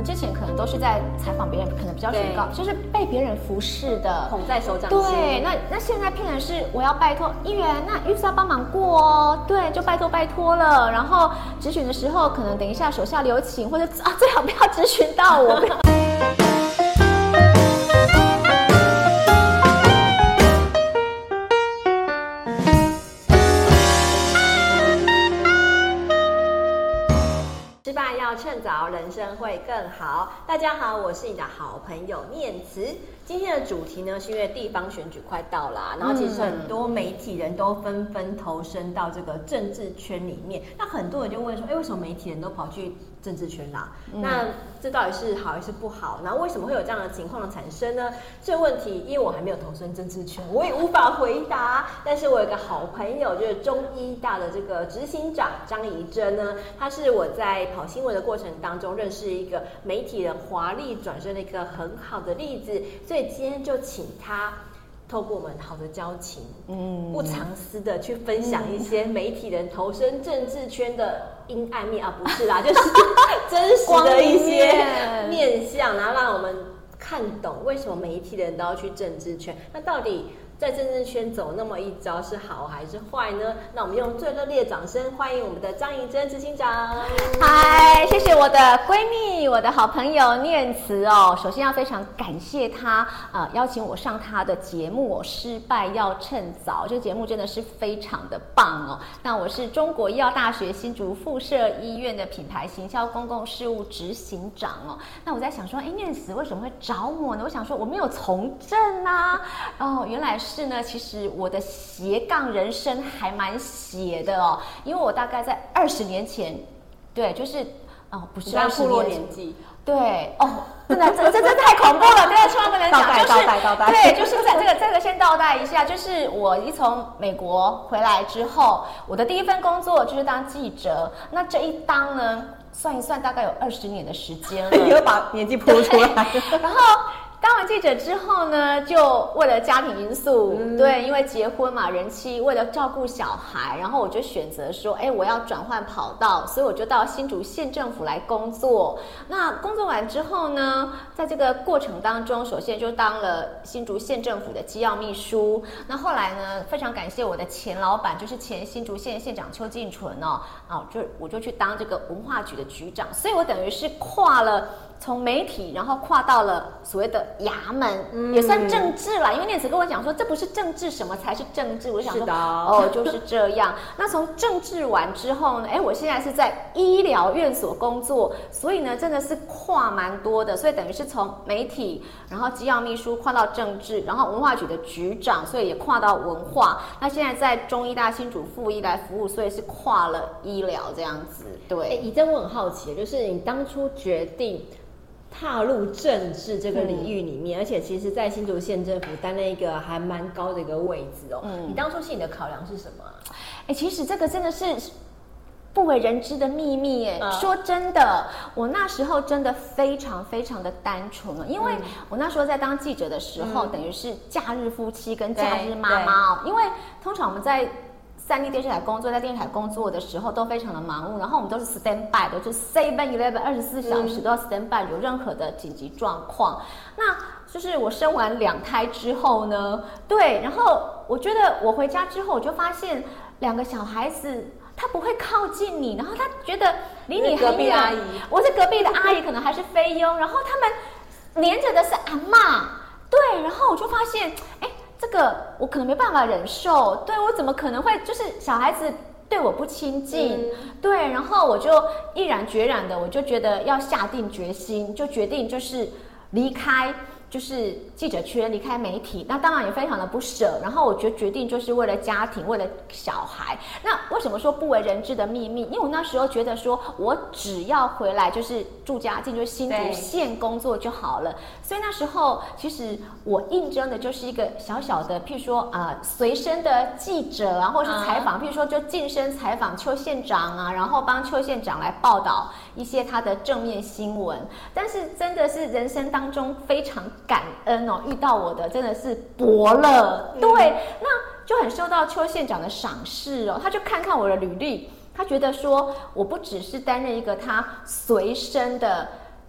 之前可能都是在采访别人，可能比较崇高，就是被别人服侍的， 捧在手掌心。 对，那现在变成是我要拜托议员，那预算帮忙过哦，对，就拜托了。然后质询的时候，可能等一下手下留情，或者最好不要质询到我。 失败要趁早，人生会更好。大家好，我是你的好朋友念慈。今天的主题呢，是因为地方选举快到啦，然后其实很多媒体人都纷纷投身到这个政治圈里面。那很多人就问说，为什么媒体人都跑去政治圈啦？那这到底是好还是不好？然后为什么会有这样的情况的产生呢？这个问题，因为我还没有投身政治圈，我也无法回答。但是我有一个好朋友，就是中医大的这个执行长张怡珍呢，他是我在跑新闻的过程当中认识一个媒体人华丽转身的一个很好的例子，所以今天就请他透过我们好的交情，不藏私的去分享一些媒体人投身政治圈的阴暗面啊，不是啦，就是真实的一些面向，然后让我们看懂为什么媒体人都要去政治圈。那到底在政治圈走那么一招是好还是坏呢？那我们用最热烈的掌声欢迎我们的张怡珍执行长。 嗨，谢谢我的闺蜜，我的好朋友念慈哦。首先要非常感谢她，邀请我上她的节目，失败要趁早。这个节目真的是非常的棒哦。那我是中国医药大学新竹附设医院的品牌行销公共事务执行长哦。那我在想说，念慈为什么会找我呢？我想说我没有从政啊。哦，原来是呢，其实我的斜杠人生还蛮斜的哦，因为我大概在20年前，对，就是不是20年年纪， 对哦，真的这太恐怖了，对，千万不能讲， 倒带， 对，就是这个先倒带一下，就是我一从美国回来之后，我的第一份工作就是当记者，那这一当呢，算一算大概有20年的时间了， 你又把年纪พู出来， 然后。当完记者之后呢，就为了家庭因素，对，因为结婚嘛，人妻为了照顾小孩，然后我就选择说，我要转换跑道，所以我就到新竹县政府来工作。那工作完之后呢，在这个过程当中，首先就当了新竹县政府的机要秘书。那后来呢，非常感谢我的前老板，就是前新竹县县长邱进纯我就去当这个文化局的局长，所以我等于是跨了。从媒体，然后跨到了所谓的衙门，也算政治啦。因为念慈跟我讲说，这不是政治，什么才是政治？我想说，就是这样。那从政治完之后呢，我现在是在医疗院所工作，所以呢，真的是跨蛮多的。所以等于是从媒体，然后机要秘书跨到政治，然后文化局的局长，所以也跨到文化。那现在在中医大新竹附医来服务，所以是跨了医疗这样子。对， 怡珍，我很好奇，就是你当初决定踏入政治这个领域里面，而且其实在新竹县政府担任一个还蛮高的一个位置哦。你当初心里的考量是什么？ 其实这个真的是不为人知的秘密耶。说真的，我那时候真的非常非常的单纯，因为我那时候在当记者的时候，等于是假日夫妻跟假日妈妈哦。因为通常我们在3立电视台工作，在电视台工作的时候都非常的忙碌，然后我们都是 stand by 的，就是 7-11 24小时都要 stand by，有任何的紧急状况。那就是我生完2胎之后呢，对，然后我觉得我回家之后，我就发现2个小孩子。他不会靠近你，然后他觉得离你很远。我是隔壁的阿姨，可能还是菲佣，然后他们黏着的是阿嬷，对，然后我就发现，这个我可能没办法忍受，对，我怎么可能会就是小孩子对我不亲近，对，然后我就毅然决然的，我就觉得要下定决心，就决定就是离开。就是记者圈，离开媒体，那当然也非常的不舍。然后我决定就是为了家庭，为了小孩。那为什么说不为人知的秘密？因为我那时候觉得说，我只要回来就是住家近，就是新竹县工作就好了。所以那时候其实我应征的就是一个小小的，譬如说随身的记者啊，或是采访，譬如说就近身采访邱县长啊，然后帮邱县长来报道一些他的正面新闻。但是真的是人生当中非常感恩哦，遇到我的真的是伯乐，对，那就很受到邱县长的赏识哦，他就看看我的履历，他觉得说我不只是担任一个他随身的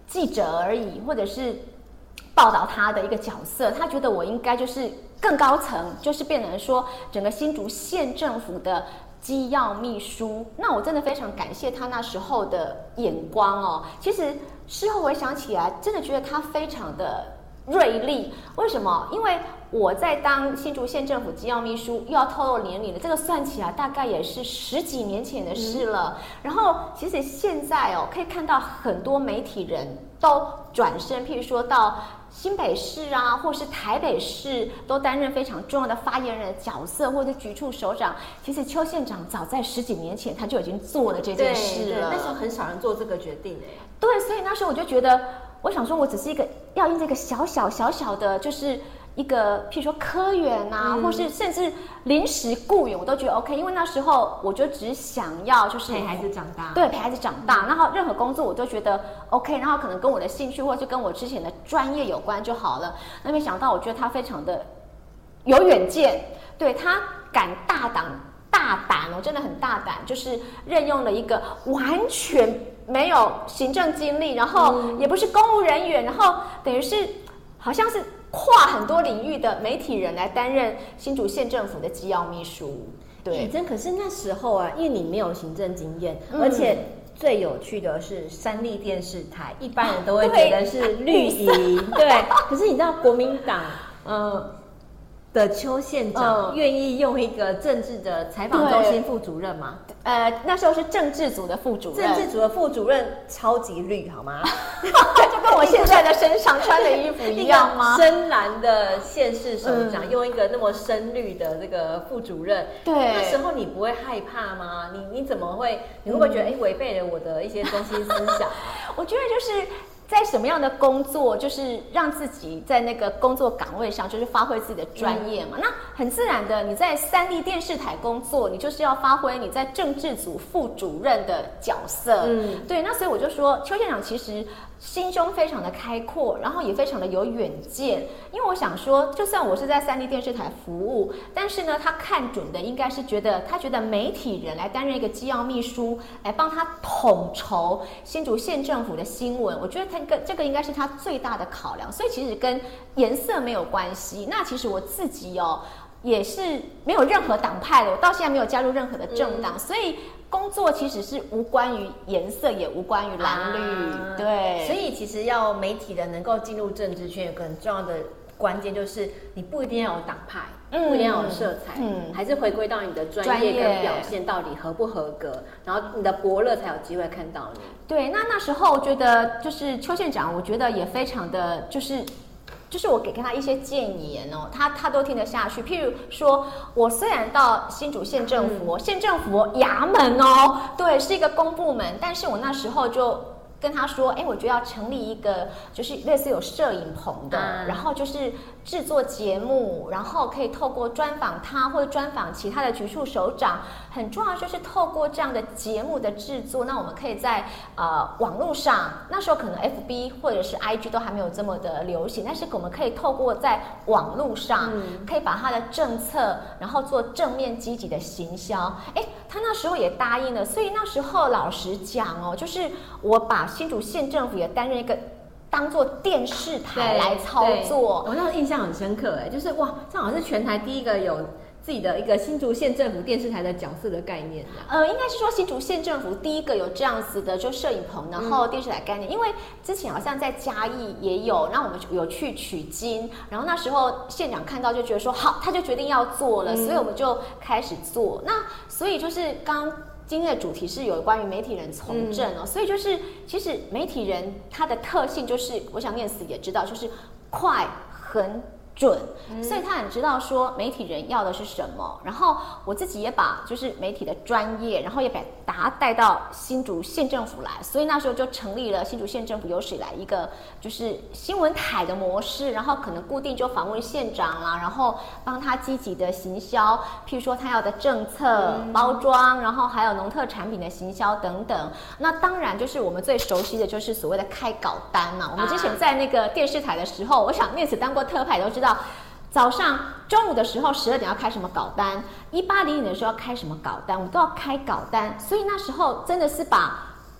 记者而已，或者是报道他的一个角色，他觉得我应该就是更高层，就是变成说整个新竹县政府的机要秘书。那我真的非常感谢他那时候的眼光哦。其实事后回想起来，真的觉得他非常的锐利。为什么？因为我在当新竹县政府机要秘书，又要透露年龄了，这个算起来大概也是10几年前的事了。然后其实现在哦，可以看到很多媒体人都转身，譬如说到新北市啊，或是台北市，都担任非常重要的发言人的角色，或者局处首长。其实邱县长早在10几年前他就已经做了这件事了。 对，那时候很少人做这个决定哎。 对，所以那时候我就觉得，我想说，我只是一个要用这个小小的，就是一个譬如说科员啊，或是甚至临时雇员，我都觉得 OK。因为那时候我就只想要就是陪孩子长大， 对，陪孩子长大，然后任何工作我都觉得 OK， 然后可能跟我的兴趣或者跟我之前的专业有关就好了。那没想到，我觉得他非常的有远见，对，他敢大胆，我真的很大胆，就是任用了一个完全没有行政经历，然后也不是公务人员，然后等于是好像是跨很多领域的媒体人来担任新竹县政府的机要秘书。对， 真可是那时候啊，因为你没有行政经验，而且最有趣的是三立电视台，一般人都会觉得是绿营，对。可是你知道国民党的邱县长愿意用一个政治的采访中心副主任吗？ 那时候是政治组的副主任， 政治组的副主任超级绿，好吗？ 就跟我现在的身上穿的衣服一样吗？ 深蓝的县市首长用一个那么深绿的这个副主任， 对， 那时候你不会害怕吗？你怎么会？你会不会觉得违背了我的一些中心思想？ 我觉得就是在什么样的工作，就是让自己在那个工作岗位上，就是发挥自己的专业嘛。那很自然的，你在三立电视台工作，你就是要发挥你在政治组副主任的角色。对。那所以我就说，邱县长其实心胸非常的开阔，然后也非常的有远见。因为我想说，就算我是在三立电视台服务，但是呢，他看准的应该是觉得媒体人来担任一个机要秘书，来帮他统筹新竹县政府的新闻。我觉得这个应该是他最大的考量。所以其实跟颜色没有关系。那其实我自己也是没有任何党派的，我到现在没有加入任何的政党，所以工作其实是无关于颜色，也无关于蓝绿。对， 所以其实要媒体人能够进入政治圈，有个很重要的关键就是你不一定要有党派，不一定要有色彩，还是回归到你的专业跟表现到底合不合格，然后你的伯乐才有机会看到你。 对，那时候我觉得就是邱县长，我觉得也非常的就是我给他一些建言哦，他都听得下去。譬如说，我虽然到新竹县政府，县政府衙门哦，对，是一个公部门，但是我那时候就跟他说，我觉得要成立一个就是类似有摄影棚的，然后就是制作节目，然后可以透过专访他或者专访其他的局处首长，很重要就是透过这样的节目的制作，那我们可以在网络上，那时候可能 FB 或者是 IG 都还没有这么的流行，但是我们可以透过在网络上，可以把他的政策，然后做正面积极的行销。他那时候也答应了，所以那时候老实讲哦，就是我把新竹县政府也担任一个当做电视台来操作。 我那印象很深刻就是哇，这好像是全台第一个有自己的一个新竹县政府电视台的角色的概念。 应该是说新竹县政府第一个有这样子的就摄影棚，然后电视台概念。因为之前好像在嘉义也有，那我们有去取经，然后那时候县长看到就觉得说好，他就决定要做了，所以我们就开始做。那所以就是今天的主题是有关于媒体人从政哦，所以就是其实媒体人他的特性就是，我想念死也知道，就是快、狠、准，所以他很知道说媒体人要的是什么。然后我自己也把就是媒体的专业，然后也把它带到新竹县政府来，所以那时候就成立了新竹县政府有史以来一个就是新闻台的模式，然后可能固定就访问县长啦，然后帮他积极的行销，譬如说他要的政策、包装，然后还有农特产品的行销等等。那当然就是我们最熟悉的就是所谓的开稿单嘛。我们之前在那个电视台的时候，我想念慈当过特派都知道。早上、中午的时候12点要开什么稿单，1800的时候要开什么稿单，我们都要开稿单。所以那时候真的是把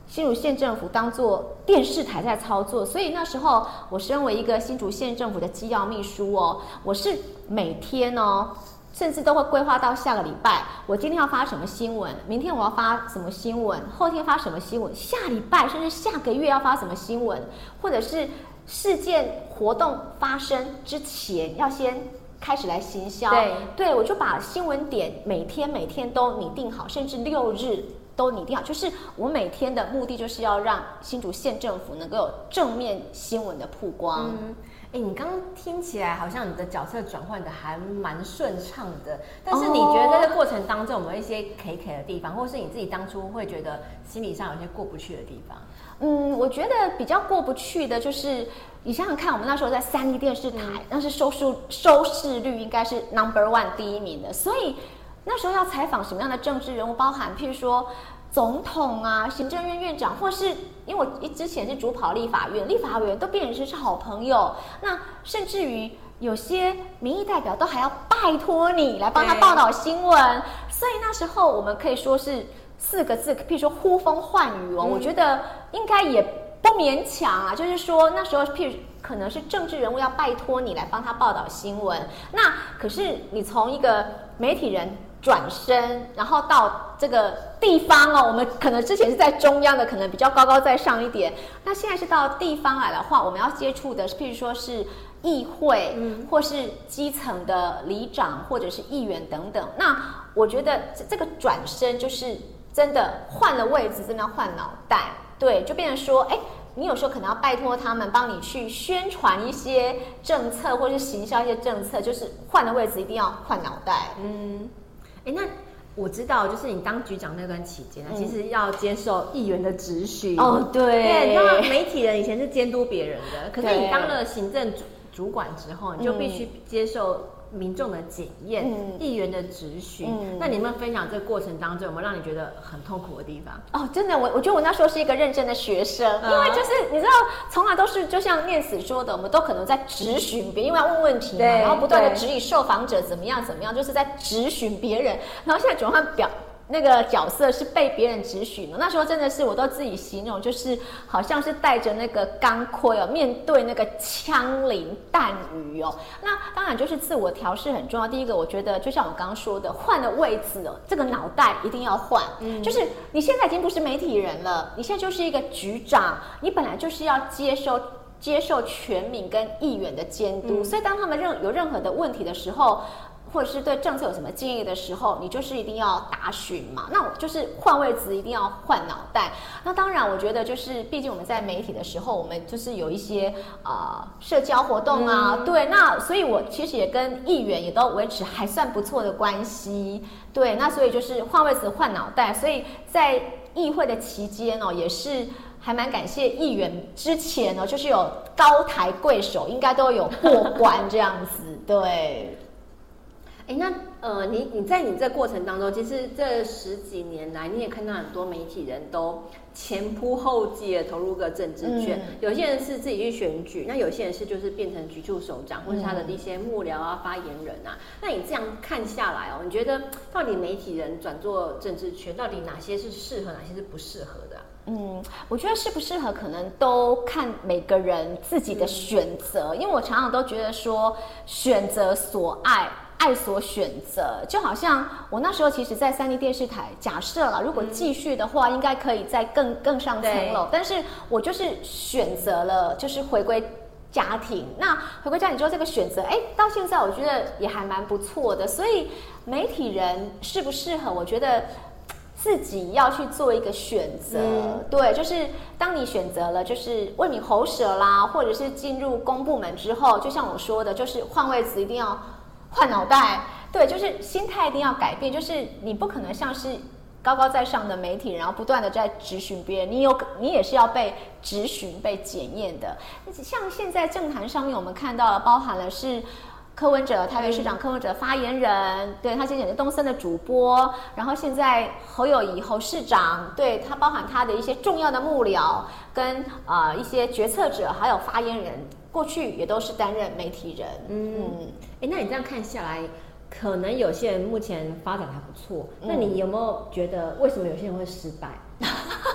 新竹县政府当做电视台在操作，所以那时候我身为一个新竹县政府的机要秘书哦，我是每天哦，甚至都会规划到下个礼拜，我今天要发什么新闻，明天我要发什么新闻，后天发什么新闻，下礼拜甚至下个月要发什么新闻，或者是事件活动发生之前要先开始来行销。对，我就把新闻点每天都拟定好，甚至6日。都拟定好，就是我每天的目的就是要让新竹县政府能够有正面新闻的曝光。 你刚刚听起来好像你的角色转换的还蛮顺畅的，但是你觉得在这过程当中有没有一些 K 的地方，或是你自己当初会觉得心理上有些过不去的地方？ 我觉得比较过不去的就是，你想想看，我们那时候在3立电视台，那是收视率应该是 No.1 第1名的，所以那时候要采访什么样的政治人物，包含譬如说总统啊、行政院院长，或是因为我之前是主跑立法院，立法委员都变成是好朋友，那甚至于有些民意代表都还要拜托你来帮他报道新闻，所以那时候我们可以说是4个字，譬如说呼风唤雨哦，我觉得应该也不勉强啊，就是说那时候譬如可能是政治人物要拜托你来帮他报道新闻，那可是你从一个媒体人转身，然后到这个地方哦，我们可能之前是在中央的，可能比较高高在上一点。那现在是到地方来的话，我们要接触的，譬如说是议会，或是基层的里长，或者是议员等等。那我觉得这个转身就是真的换了位置，真的要换脑袋。对，就变成说，你有时候可能要拜托他们帮你去宣传一些政策，或是行销一些政策，就是换了位置一定要换脑袋。 那我知道，就是你当局长那段期间其实要接受议员的质询。 对， 你知道媒体人以前是监督别人的，可是你当了行政主管之后，你就必须接受民众的检验，议员的质询。那你们分享这个过程当中，有没有让你觉得很痛苦的地方？ 真的，我觉得我那时候是一个认真的学生，因为就是你知道，从来都是就像念慈说的，我们都可能在质询别人，因为要问问题嘛，然后不断的指引受访者怎么样，就是在质询别人。然后现在转换那个角色是被别人质询的，那时候真的是我都自己形容，就是好像是带着那个钢盔哦，面对那个枪林弹雨哦。那当然就是自我调试很重要。第一个，我觉得就像我刚刚说的，换了位置哦，这个脑袋一定要换。就是你现在已经不是媒体人了，你现在就是一个局长，你本来就是要接受全民跟议员的监督，所以当他们有任何的问题的时候，或者是对政策有什么建议的时候，你就是一定要答询嘛。那我就是换位置，一定要换脑袋。那当然，我觉得就是毕竟我们在媒体的时候，我们就是有一些社交活动啊，对。那所以我其实也跟议员也都维持还算不错的关系，对。那所以就是换位置换脑袋，所以在议会的期间哦，也是还蛮感谢议员之前哦，就是有高抬贵手，应该都有过关这样子，对。 那你在你这过程当中，其实这10几年来，你也看到很多媒体人都前仆后继的投入个政治圈，有些人是自己去选举，那有些人是就是变成局处首长，或是他的一些幕僚啊、发言人啊。那你这样看下来哦，你觉得到底媒体人转做政治圈，到底哪些是适合，哪些是不适合的我觉得适不适合，可能都看每个人自己的选择。因为我常常都觉得说，选择所爱。爱所选择，就好像我那时候其实，在3立电视台，假设了如果继续的话，应该可以再更上层楼。但是我就是选择了，就是回归家庭。那回归家庭之后，这个选择，到现在我觉得也还蛮不错的。所以媒体人适不适合，我觉得自己要去做一个选择。对，就是当你选择了，就是为民喉舌啦，或者是进入公部门之后，就像我说的，就是换位置一定要换脑袋，对，就是心态一定要改变，就是你不可能像是高高在上的媒体人，然后不断的在质询别人，你也是要被质询、被检验的。像现在政坛上面我们看到了，包含了是柯文哲，台北市长柯文哲发言人，对，他之前是东森的主播，然后现在侯友宜侯市长，对，他包含他的一些重要的幕僚跟一些决策者，还有发言人，过去也都是担任媒体人。 那你这样看下来，可能有些人目前发展还不错，那你有没有觉得为什么有些人会失败？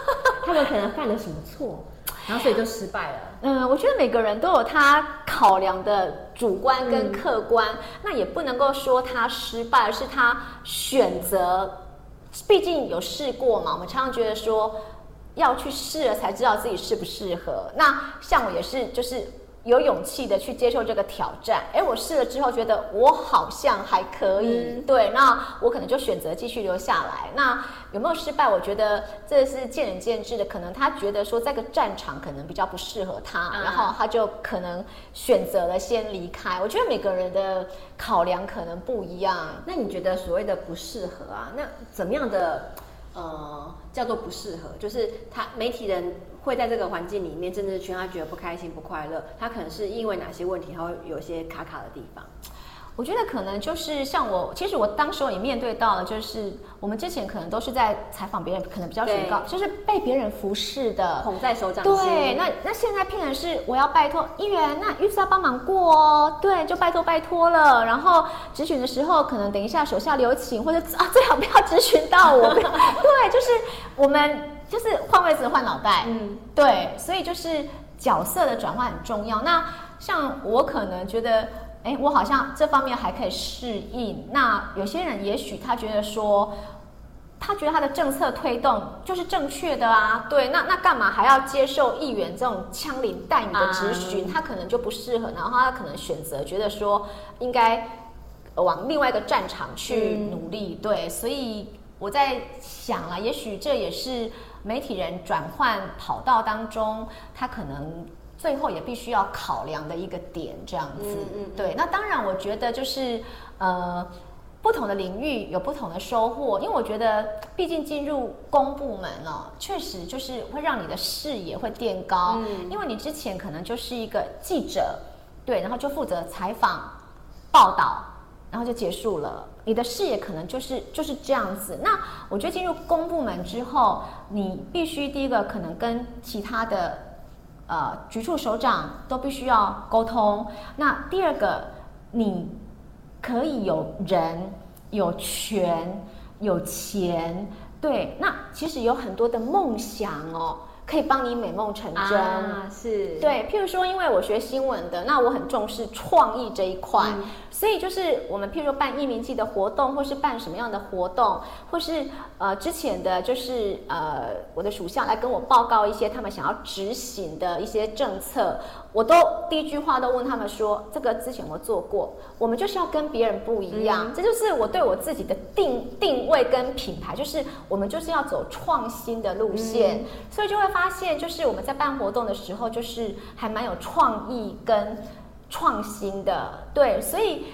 他们可能犯了什么错，然后所以就失败了。 我觉得每个人都有他考量的主观跟客观，那也不能够说他失败，而是他选择。毕竟有试过嘛，我们常常觉得说要去试了才知道自己适不适合。那像我也是，就是有勇气的去接受这个挑战。我试了之后觉得我好像还可以，对，那我可能就选择继续留下来。那有没有失败？我觉得这是见仁见智的。可能他觉得说这个战场可能比较不适合他，然后他就可能选择了先离开。我觉得每个人的考量可能不一样。 那你觉得所谓的不适合啊？那怎么样的叫做不适合？就是媒体人会在这个环境里面，政治圈他觉得不开心不快乐，他可能是因为哪些问题，他会有一些卡的地方？ 我觉得可能就是像其实我当时也面对到了，就是我们之前可能都是在采访别人，可能比较崇高，就是被别人服侍的， 捧在手掌心。 对，那现在变成是我要拜托议员，那预算要帮忙过哦，对，就拜托了。然后质询的时候，可能等一下手下留情，或者最好不要质询到我。对，就是我们就是换位置换脑袋，对，所以就是角色的转换很重要。那像我可能觉得。我好像这方面还可以适应。那有些人也许他觉得说，他觉得他的政策推动就是正确的啊，对，那干嘛还要接受议员这种枪林弹雨的质询？他可能就不适合，然后他可能选择觉得说应该往另外一个战场去努力，对，所以我在想了，也许这也是媒体人转换跑道当中，他可能。最后也必须要考量的一个点，这样子，对。那当然，我觉得就是不同的领域有不同的收获，因为我觉得毕竟进入公部门哦，确实就是会让你的视野会垫高，因为你之前可能就是一个记者，对，然后就负责采访、报道，然后就结束了。你的视野可能就是这样子。那我觉得进入公部门之后，你必须第一个可能跟其他的。局处首长都必须要沟通。那第二个，你可以有人、有权、有钱，对。那其实有很多的梦想哦，可以帮你美梦成真。 是。 对，譬如说，因为我学新闻的，那我很重视创意这一块，所以就是我们譬如说办艺名季的活动，或是办什么样的活动，或是之前的就是我的属下来跟我报告一些他们想要执行的一些政策，我都第一句话都问他们说，这个之前我做过，我们就是要跟别人不一样，这就是我对我自己的定位跟品牌，就是我们就是要走创新的路线，所以就会发现，就是我们在办活动的时候，就是还蛮有创意跟创新的，对，所以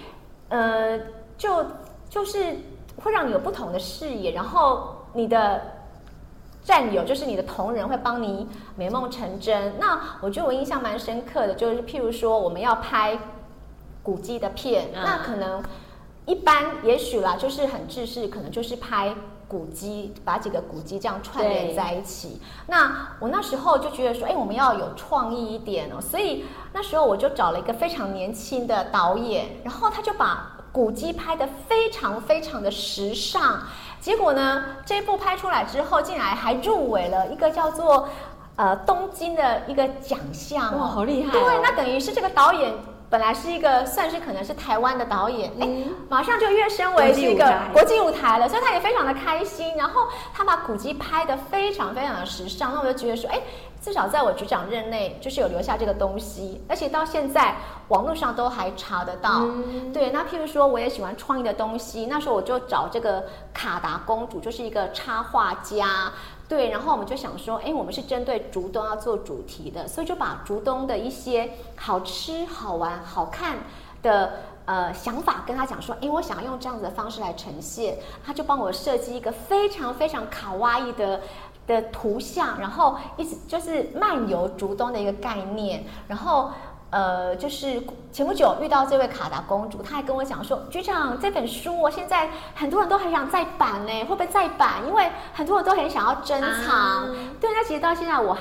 就是会让你有不同的视野，然后你的战友就是你的同仁会帮你美梦成真。那我觉得我印象蛮深刻的，就是譬如说我们要拍古迹的片，那可能一般也许啦，就是很制式，可能就是拍古迹，把几个古迹这样串联在一起。那我那时候就觉得说，我们要有创意一点哦，所以那时候我就找了一个非常年轻的导演，然后他就把古迹拍得非常非常的时尚。结果呢，这一部拍出来之后，竟然还入围了一个叫做东京的一个奖项。 哇，好厉害！ 对，那等于是这个导演本来是一个算是可能是台湾的导演，马上就跃升为是一个国际舞台了，所以他也非常的开心。然后他把古迹拍得非常非常的时尚，那我就觉得说，至少在我局长任内，就是有留下这个东西，而且到现在网络上都还查得到。对，那譬如说我也喜欢创意的东西，那时候我就找这个卡达公主，就是一个插画家。对，然后我们就想说，我们是针对竹东要做主题的，所以就把竹东的一些好吃、好玩、好看的想法跟他讲说，我想要用这样子的方式来呈现，他就帮我设计一个非常非常卡哇伊的图像，然后一直就是漫游竹东的一个概念，然后就是前不久遇到这位卡达公主，她还跟我讲说，局长这本书现在很多人都很想再版呢，会不会再版？因为很多人都很想要珍藏。对，那其实到现在我还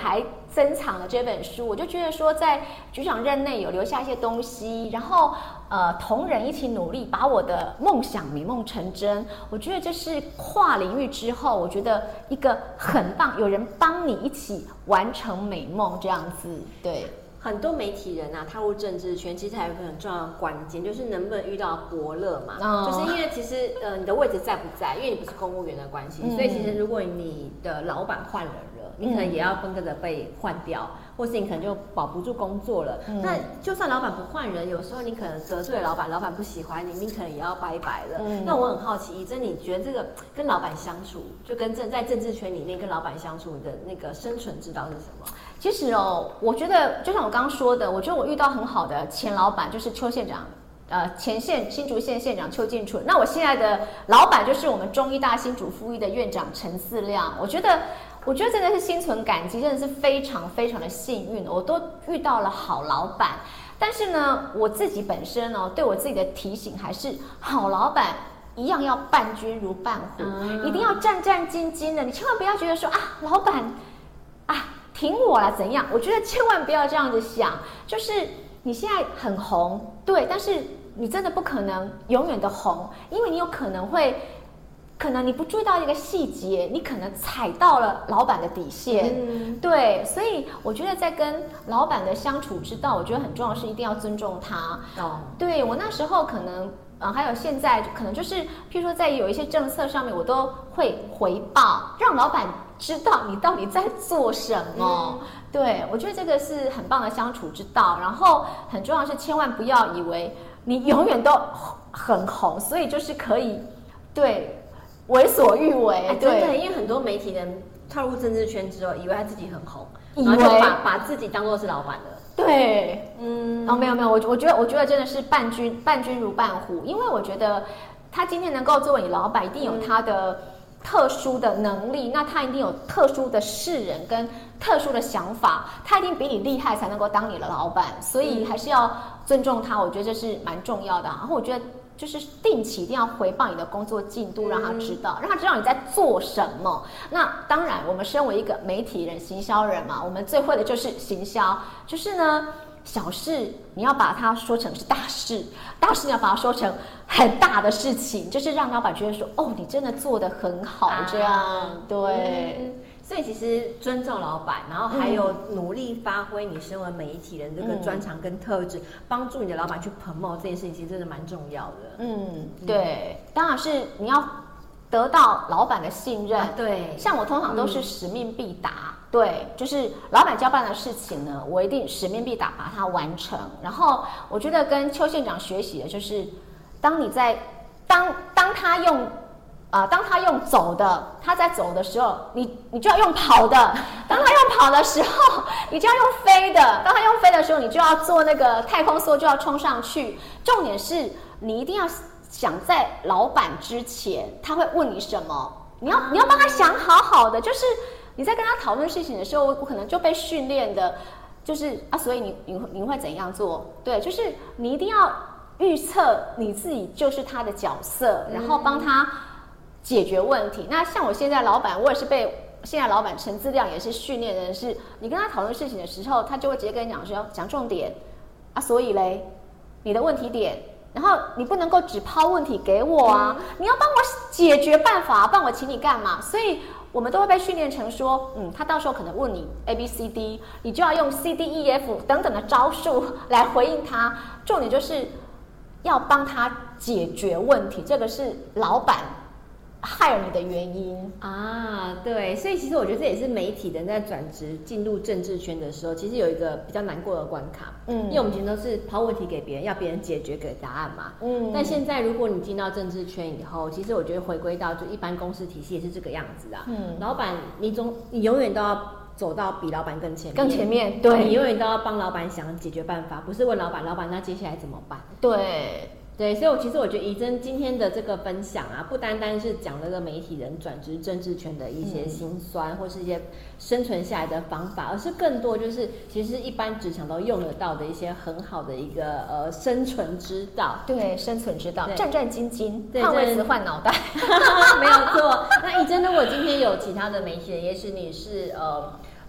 珍藏了这本书，我就觉得说，在局长任内有留下一些东西，然后同仁一起努力，把我的梦想美梦成真。我觉得这是跨领域之后，我觉得一个很棒，有人帮你一起完成美梦这样子，对。 很多媒体人啊，踏入政治圈，其实还有一个很重要的关键，就是能不能遇到伯乐嘛。就是因为其实你的位置在不在，因为你不是公务员的关系，所以其实如果你的老板换人了，你可能也要跟着被换掉，或是你可能就保不住工作了。那就算老板不换人，有时候你可能得罪了老板，老板不喜欢你，你可能也要拜拜了。那我很好奇，怡珍，你觉得这个跟老板相处，就跟在政治圈里面跟老板相处，你的那个生存之道是什么？ 其实我觉得就像我刚刚说的，我觉得我遇到很好的前老板就是邱县长，前县新竹县县长邱进纯。那我现在的老板就是我们中医大新竹附一的院长陈思亮。我觉得真的是心存感激，真的是非常非常的幸运，我都遇到了好老板。但是呢，我自己本身对我自己的提醒还是，好老板一样要伴君如伴虎，一定要战战兢兢的。你千万不要觉得说老板挺我啦怎样？我觉得千万不要这样子想，就是你现在很红，对，但是你真的不可能永远的红，因为你有可能你不注意到一个细节，你可能踩到了老板的底线，对，所以我觉得在跟老板的相处之道，我觉得很重要的是一定要尊重他。对，我那时候可能还有现在可能就是，譬如说在有一些政策上面，我都会回报，让老板知道你到底在做什么。对，我觉得这个是很棒的相处之道。然后很重要的是，千万不要以为你永远都很红，所以就是可以为所欲为。 真的，因为很多媒体人踏入政治圈之后，以为他自己很红，然后就把自己当作是老板了。 对，没有，我觉得真的是伴君如伴虎，因为我觉得他今天能够作为你老板，一定有他的特殊的能力，那他一定有特殊的识人跟特殊的想法，他一定比你厉害才能够当你的老板，所以还是要尊重他，我觉得这是蛮重要的。然后我觉得就是定期一定要回报你的工作进度，让他知道你在做什么。那当然，我们身为一个媒体人、行销人嘛，我们最会的就是行销，就是呢，小事你要把它说成是大事，大事你要把它说成很大的事情，就是让老板觉得说，你真的做得很好，这样对。 所以其实尊重老板，然后还有努力发挥你身为媒体人这个专长跟特质，帮助你的老板去 promote 这件事情，其实真的蛮重要的。 对，当然是你要得到老板的信任。 对， 像我通常都是使命必达。对，就是老板交办的事情呢，我一定使命必达，把它完成。然后我觉得跟邱县长学习的就是，当他用走的，他在走的时候，你就要用跑的；当他用跑的时候，你就要用飞的；当他用飞的时候，你就要做那个太空梭，就要冲上去。重点是你一定要想在老板之前，他会问你什么，你要帮他想好的。就是你在跟他讨论事情的时候，我可能就被训练的，就是所以你会怎样做？对，就是你一定要预测你自己就是他的角色，然后帮他解决问题。那像我现在老板，我也是被现在老板陈自亮也是训练的人，是你跟他讨论事情的时候，他就会直接跟你讲说讲重点所以嘞，你的问题点，然后你不能够只抛问题给我你要帮我解决办法，不然我请你干嘛？所以我们都会被训练成说，他到时候可能问你 ABCD， 你就要用 CDEF 等等的招数来回应他。重点就是要帮他解决问题，这个是老板害你的原因对，所以其实我觉得这也是媒体人在转职进入政治圈的时候，其实有一个比较难过的关卡，因为我们以前都是抛问题给别人，要别人解决给答案嘛，但现在如果你进到政治圈以后，其实我觉得回归到就一般公司体系也是这个样子老板你永远都要走到比老板更前面， 对， 你永远都要帮老板想解决办法，不是问老板那接下来怎么办？对，所以我觉得怡珍今天的这个分享不单单是讲了个媒体人转职政治圈的一些辛酸，或是一些生存下来的方法，而是更多就是其实一般职场都用得到的一些很好的一个生存之道。 对，生存之道，战战兢兢，换位子换脑袋， 没有错。那怡珍，如果今天有其他的媒体人，也许你是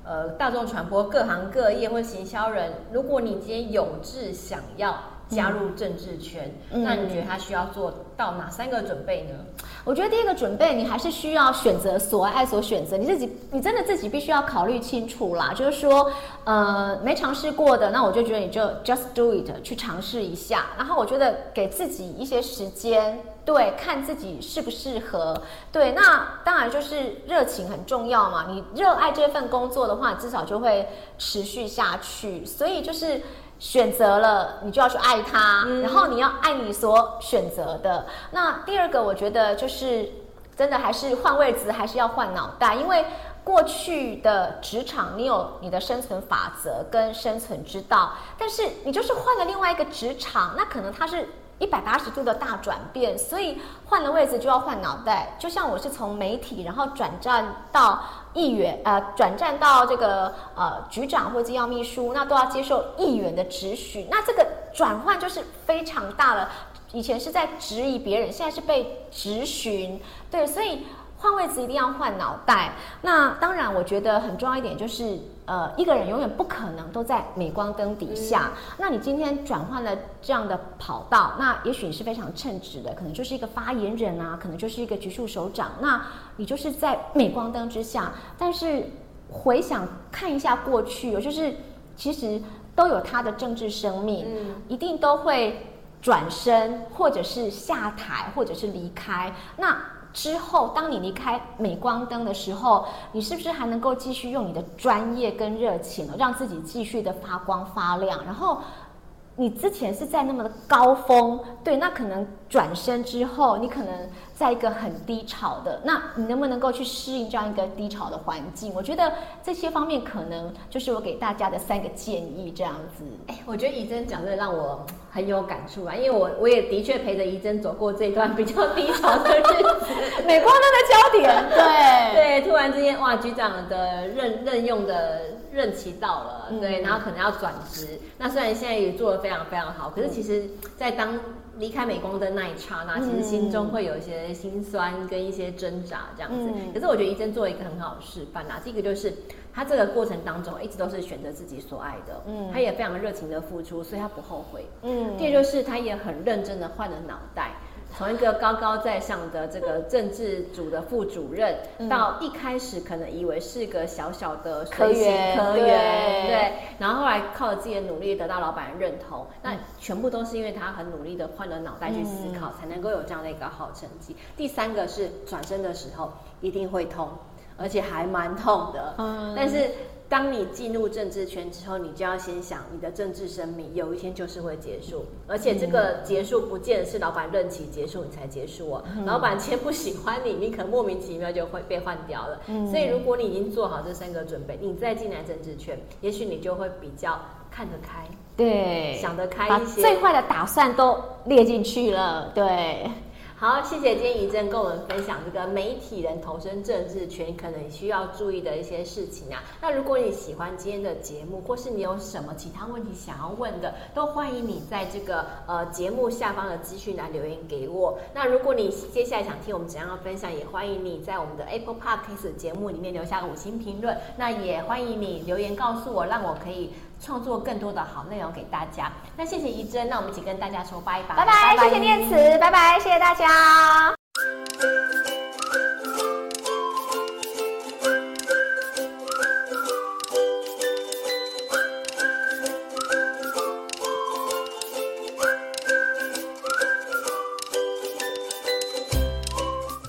大众传播各行各业或行销人，如果你今天有志想要加入政治圈，那你觉得他需要做到哪3个准备呢？ 我觉得第一个准备，你还是需要选择所爱所选择，你真的自己必须要考虑清楚啦。就是说，没尝试过的，那我就觉得你就 just do it 去尝试一下。然后我觉得给自己一些时间，对，看自己适不适合。对，那当然就是热情很重要嘛。你热爱这份工作的话，至少就会持续下去。所以就是选择了，你就要去爱它，然后你要爱你所选择的。那第二个，我觉得就是真的还是换位置，还是要换脑袋，因为过去的职场你有你的生存法则跟生存之道，但是你就是换了另外一个职场，那可能它是180度的大转变，所以换了位置就要换脑袋。就像我是从媒体，然后转战到议员，转战到这个局长或者要秘书，那都要接受议员的质询，那这个转换就是非常大了。以前是在质疑别人，现在是被质询，对，所以换位置一定要换脑袋。那当然，我觉得很重要一点就是，一个人永远不可能都在镁光灯底下。那你今天转换了这样的跑道，那也许你是非常称职的，可能就是一个发言人啊，可能就是一个局处首长，那你就是在镁光灯之下。但是回想看一下过去，就是其实都有他的政治生命，一定都会转身，或者是下台，或者是离开。那之后，当你离开镁光灯的时候，你是不是还能够继续用你的专业跟热情，让自己继续的发光发亮？然后你之前是在那么的高峰，对，那可能转身之后，你可能在一个很低潮的，那你能不能够去适应这样一个低潮的环境？我觉得这些方面可能就是我给大家的3个建议，这样子。 我觉得怡珍讲的让我很有感触啊，因为我也的确陪着怡珍走过这一段比较低潮的日子， 镁光灯的焦点，对对，突然之间哇，局长的任用的任期到了，对，然后可能要转职。那虽然现在也做得非常非常好，可是其实在当离开镁光灯那一刹那，其实心中会有一些心酸跟一些挣扎这样子。可是我觉得怡珍做了一个很好的示范啊，第一个就是他这个过程当中一直都是选择自己所爱的，他也非常热情的付出，所以他不后悔。第二就是他也很认真的换了脑袋。从一个高高在上的这个政治组的副主任，到一开始可能以为是个小小的科员， 对，然后后来靠着自己的努力得到老板的认同，那全部都是因为他很努力的换了脑袋去思考，才能够有这样的一个好成绩。第3个是转身的时候一定会痛，而且还蛮痛的，但是当你进入政治圈之后，你就要先想，你的政治生命有一天就是会结束，而且这个结束不见得是老板任期结束你才结束哦。老板今天不喜欢你，你可能莫名其妙就会被换掉了。所以如果你已经做好这3个准备，你再进来政治圈，也许你就会比较看得开， 对， 想得开一些， 把最坏的打算都列进去了，对。 好，谢谢今天怡珍跟我们分享这个媒体人投身政治圈可能需要注意的一些事情啊。那如果你喜欢今天的节目，或是你有什么其他问题想要问的，都欢迎你在这个节目下方的资讯栏留言给我。那如果你接下来想听我们怎样的分享，也欢迎你在我们的 Apple Podcast 节目里面留下5星评论。那也欢迎你留言告诉我，让我可以创作更多的好内容给大家。那谢谢怡珍，那我们一起跟大家说拜拜， 拜拜，谢谢念慈，拜拜，谢谢大家。